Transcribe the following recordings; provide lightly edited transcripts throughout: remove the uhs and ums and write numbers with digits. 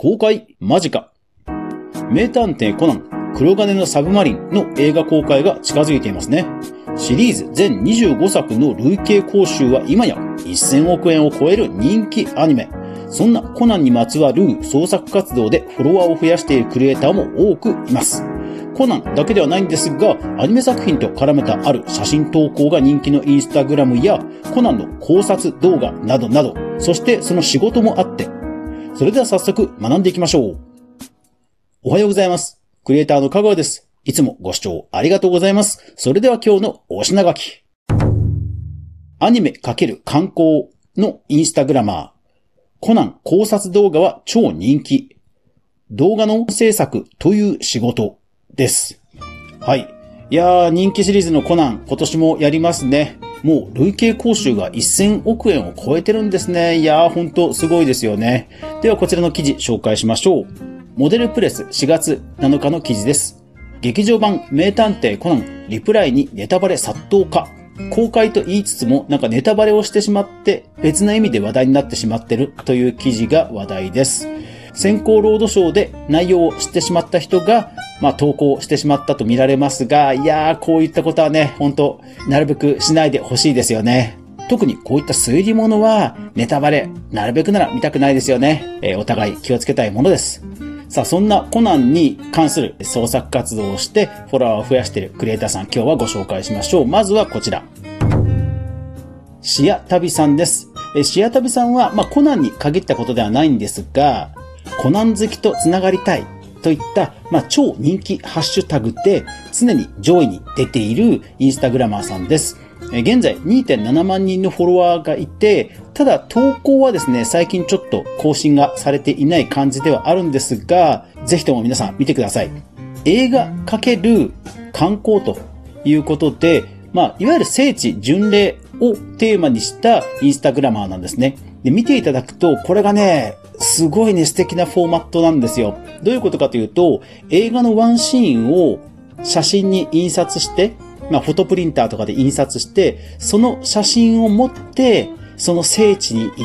公開間近。名探偵コナン黒金のサブマリンの映画公開が近づいていますね。シリーズ全25作の累計興収は今や1000億円を超える人気アニメ。そんなコナンにまつわる創作活動でフォロワーを増やしているクリエイターも多くいます。コナンだけではないんですが、アニメ作品と絡めたある写真投稿が人気のインスタグラムやコナンの考察動画などなど、そしてその仕事もあって、それでは早速学んでいきましょう。おはようございます。クリエイターの香川です。いつもご視聴ありがとうございます。それでは今日のお品書き。アニメ×観光のインスタグラマー。コナン考察動画は超人気。動画の制作という仕事です。はい。いやー、人気シリーズのコナン、今年もやりますね。もう累計興収が1000億円を超えてるんですね。いやー、ほんとすごいですよね。ではこちらの記事紹介しましょう。モデルプレス4月7日の記事です。劇場版名探偵コナンリプライにネタバレ殺到か。公開と言いつつもなんかネタバレをしてしまって別な意味で話題になってしまってるという記事が話題です。先行ロードショーで内容を知ってしまった人が投稿してしまったと見られますが、いやーこういったことはね、本当なるべくしないでほしいですよね。特にこういった推理物はネタバレなるべくなら見たくないですよね。お互い気をつけたいものです。さあそんなコナンに関する創作活動をしてフォロワーを増やしているクリエイターさん、今日はご紹介しましょう。まずはこちら。シアタビさんです。シアタビさんはコナンに限ったことではないんですが、コナン好きとつながりたいといった超人気ハッシュタグで常に上位に出ているインスタグラマーさんです。現在 2.7 万人のフォロワーがいて、ただ投稿はですね、最近ちょっと更新がされていない感じではあるんですが、ぜひとも皆さん見てください。映画×観光ということで、いわゆる聖地巡礼をテーマにしたインスタグラマーなんですね。で、見ていただくと、これがね、すごいね、素敵なフォーマットなんですよ。どういうことかというと、映画のワンシーンを写真に印刷して、フォトプリンターとかで印刷して、その写真を持って、その聖地に行って、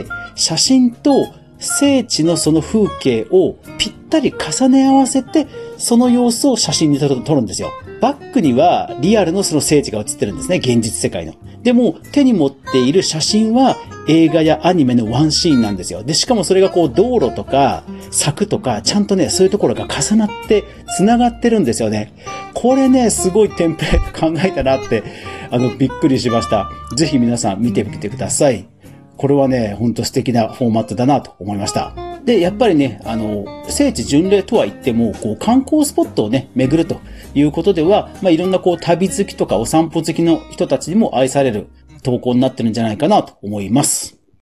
写真と聖地のその風景をぴったり重ね合わせて、その様子を写真に撮るんですよ。バックにはリアルのその聖地が写ってるんですね、現実世界の。でも、手に持っている写真は映画やアニメのワンシーンなんですよ。で、しかもそれが道路とか柵とか、ちゃんとね、そういうところが重なって繋がってるんですよね。これね、すごいテンプレート考えたなって、びっくりしました。ぜひ皆さん見てみてください。これはね、ほんと素敵なフォーマットだなと思いました。で、やっぱりね、聖地巡礼とは言っても、観光スポットをね、巡るということでは、いろんな旅好きとかお散歩好きの人たちにも愛される投稿になってるんじゃないかなと思います。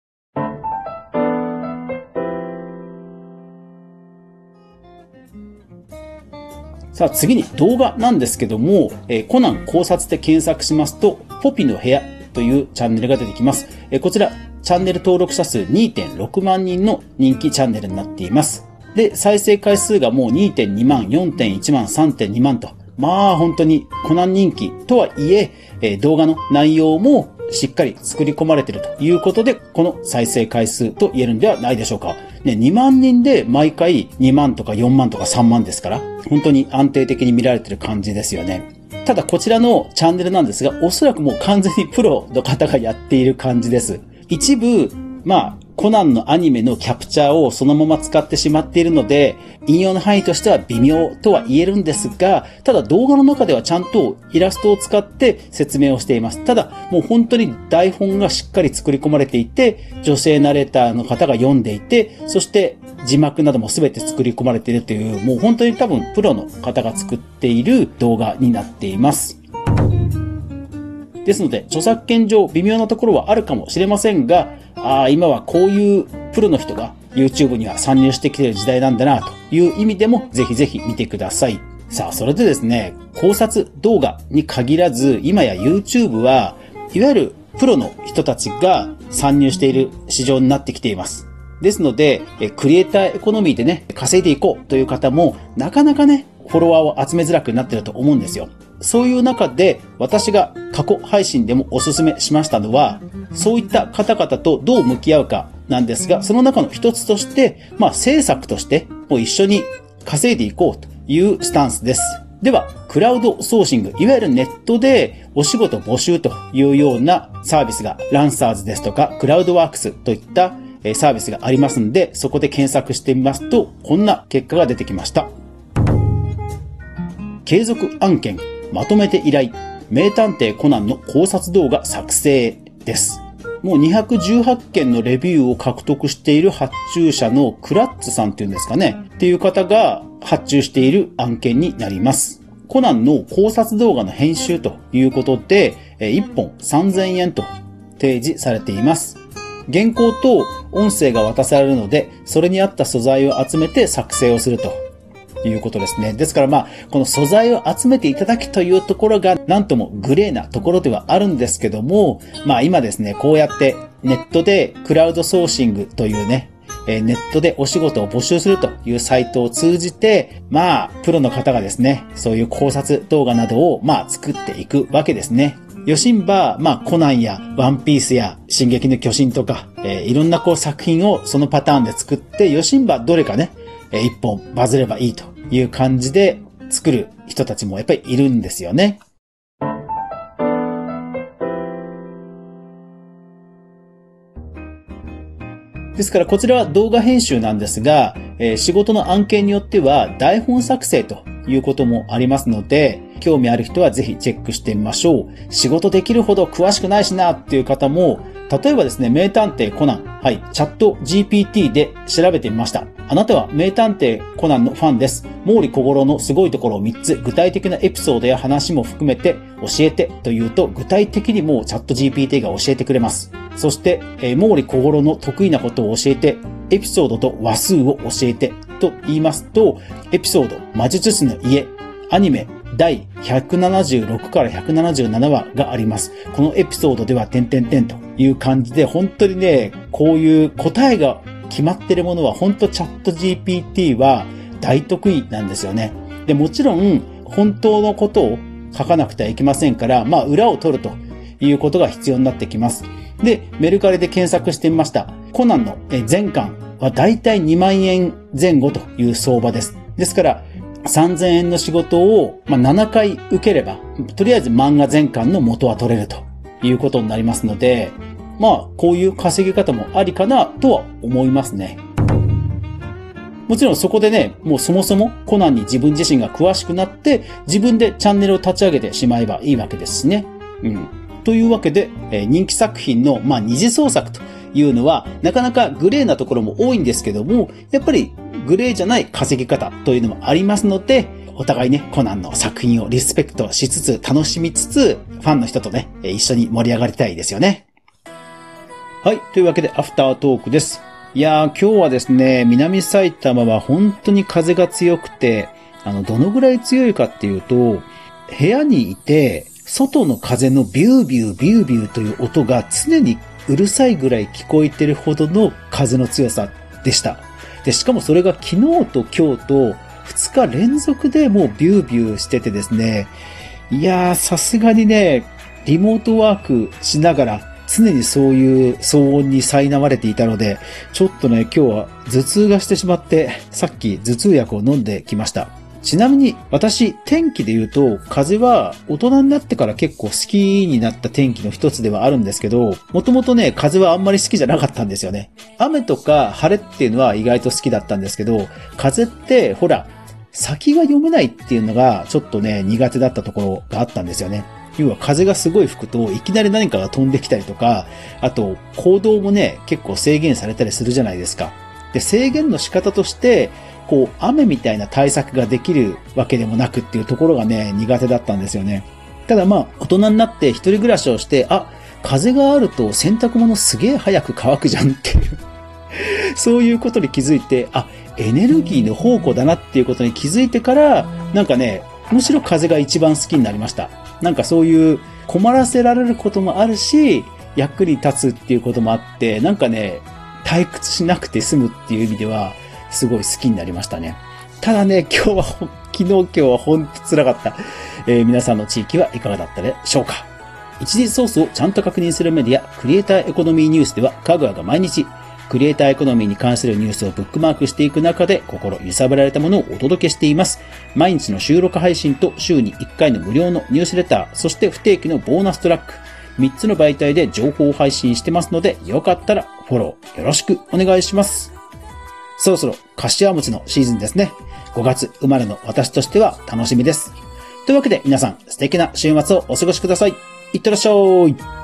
さあ次に動画なんですけども、コナン考察で検索しますと、ポピの部屋というチャンネルが出てきます。こちら、チャンネル登録者数 2.6 万人の人気チャンネルになっています。で、再生回数がもう 2.2 万、4.1 万、3.2 万と、本当にコナン人気とはいえ、動画の内容もしっかり作り込まれているということで、この再生回数と言えるんではないでしょうか。ね、2万人で毎回2万とか4万とか3万ですから、本当に安定的に見られている感じですよね。ただこちらのチャンネルなんですが、おそらくもう完全にプロの方がやっている感じです。一部、コナンのアニメのキャプチャーをそのまま使ってしまっているので、引用の範囲としては微妙とは言えるんですが、ただ動画の中ではちゃんとイラストを使って説明をしています。ただ、もう本当に台本がしっかり作り込まれていて、女性ナレーターの方が読んでいて、そして字幕なども全て作り込まれているという、もう本当に多分プロの方が作っている動画になっています。ですので、著作権上微妙なところはあるかもしれませんが、今はこういうプロの人が YouTube には参入してきている時代なんだなという意味でもぜひぜひ見てください。さあ、それでですね、考察動画に限らず、今や YouTube はいわゆるプロの人たちが参入している市場になってきています。ですので、クリエイターエコノミーでね、稼いでいこうという方もなかなかね、フォロワーを集めづらくなっていると思うんですよ。そういう中で私が過去配信でもおすすめしましたのは、そういった方々とどう向き合うか、 なんですが、その中の一つとして、政策としてもう一緒に稼いでいこうというスタンスです。では、クラウドソーシング、いわゆるネットでお仕事募集というようなサービスが、ランサーズですとか、クラウドワークスといったサービスがありますので、そこで検索してみますと、こんな結果が出てきました。継続案件、まとめて依頼、名探偵コナンの考察動画作成です。もう218件のレビューを獲得している発注者のクラッツさんっていうんですかね。っていう方が発注している案件になります。コナンの考察動画の編集ということで、1本3000円と提示されています。原稿と音声が渡されるので、それに合った素材を集めて作成をするということですね。ですからこの素材を集めていただきというところがなんともグレーなところではあるんですけども、今ですね、こうやってネットでクラウドソーシングというね、ネットでお仕事を募集するというサイトを通じて、プロの方がですね、そういう考察動画などを作っていくわけですね。よしんば、コナンやワンピースや進撃の巨人とか、いろんな作品をそのパターンで作って、よしんばどれかね、一本バズればいいという感じで作る人たちもやっぱりいるんですよね。ですからこちらは動画編集なんですが、仕事の案件によっては台本作成ということもありますので、興味ある人はぜひチェックしてみましょう。仕事できるほど詳しくないしなっていう方も、例えばですね、名探偵コナン、チャット GPT で調べてみました。あなたは名探偵コナンのファンです。毛利小五郎のすごいところを3つ具体的なエピソードや話も含めて教えてというと、具体的にもうチャット GPT が教えてくれます。そして、毛利小五郎の得意なことを教えて、エピソードと話数を教えてと言いますと、エピソード魔術師の家、アニメ第176から177話があります。このエピソードでは点々点という感じで、本当にね、こういう答えが決まっているものは本当チャット GPT は大得意なんですよね。で、もちろん本当のことを書かなくてはいけませんから、裏を取るということが必要になってきます。で、メルカリで検索してみました。コナンの全巻はだいたい2万円前後という相場です。ですから、3000円の仕事を7回受ければ、とりあえず漫画全巻の元は取れるということになりますので、こういう稼ぎ方もありかなとは思いますね。もちろんそこでね、もうそもそもコナンに自分自身が詳しくなって、自分でチャンネルを立ち上げてしまえばいいわけですしね。というわけで、人気作品の二次創作というのは、なかなかグレーなところも多いんですけども、やっぱりグレーじゃない稼ぎ方というのもありますので、お互いね、コナンの作品をリスペクトしつつ、楽しみつつ、ファンの人とね、一緒に盛り上がりたいですよね。はい。というわけで、アフタートークです。いやー、今日はですね、南埼玉は本当に風が強くて、どのぐらい強いかっていうと、部屋にいて、外の風のビュービュービュービューという音が常にうるさいぐらい聞こえてるほどの風の強さでした。で、しかもそれが昨日と今日と2日連続でもうビュービューしててですね、いやー、さすがにね、リモートワークしながら常にそういう騒音に苛まれていたので、ちょっとね、今日は頭痛がしてしまって、さっき頭痛薬を飲んできました。ちなみに私、天気で言うと、風は大人になってから結構好きになった天気の一つではあるんですけど、もともとね、風はあんまり好きじゃなかったんですよね。雨とか晴れっていうのは意外と好きだったんですけど、風ってほら、先が読めないっていうのがちょっとね、苦手だったところがあったんですよね。要は風がすごい吹くと、いきなり何かが飛んできたりとか、あと行動もね、結構制限されたりするじゃないですか。で、制限の仕方として、雨みたいな対策ができるわけでもなくっていうところがね、苦手だったんですよね。ただ大人になって一人暮らしをして、風があると洗濯物すげえ早く乾くじゃんっていう。そういうことに気づいて、エネルギーの宝庫だなっていうことに気づいてから、なんかね、むしろ風が一番好きになりました。なんかそういう困らせられることもあるし、役に立つっていうこともあって、なんかね、退屈しなくて済むっていう意味では、すごい好きになりましたね。ただね、昨日今日はほんと辛かった。皆さんの地域はいかがだったでしょうか。一時ソースをちゃんと確認するメディア、クリエイターエコノミーニュースでは、かぐわが毎日、 クリエイターエコノミーに関するニュースをブックマークしていく中で心揺さぶられたものをお届けしています。毎日の収録配信と週に1回の無料のニュースレター、そして不定期のボーナストラック、3つの媒体で情報を配信してますので、よかったらフォローよろしくお願いします。そろそろ柏餅のシーズンですね。5月生まれの私としては楽しみです。というわけで皆さん素敵な週末をお過ごしください。いってらっしゃい。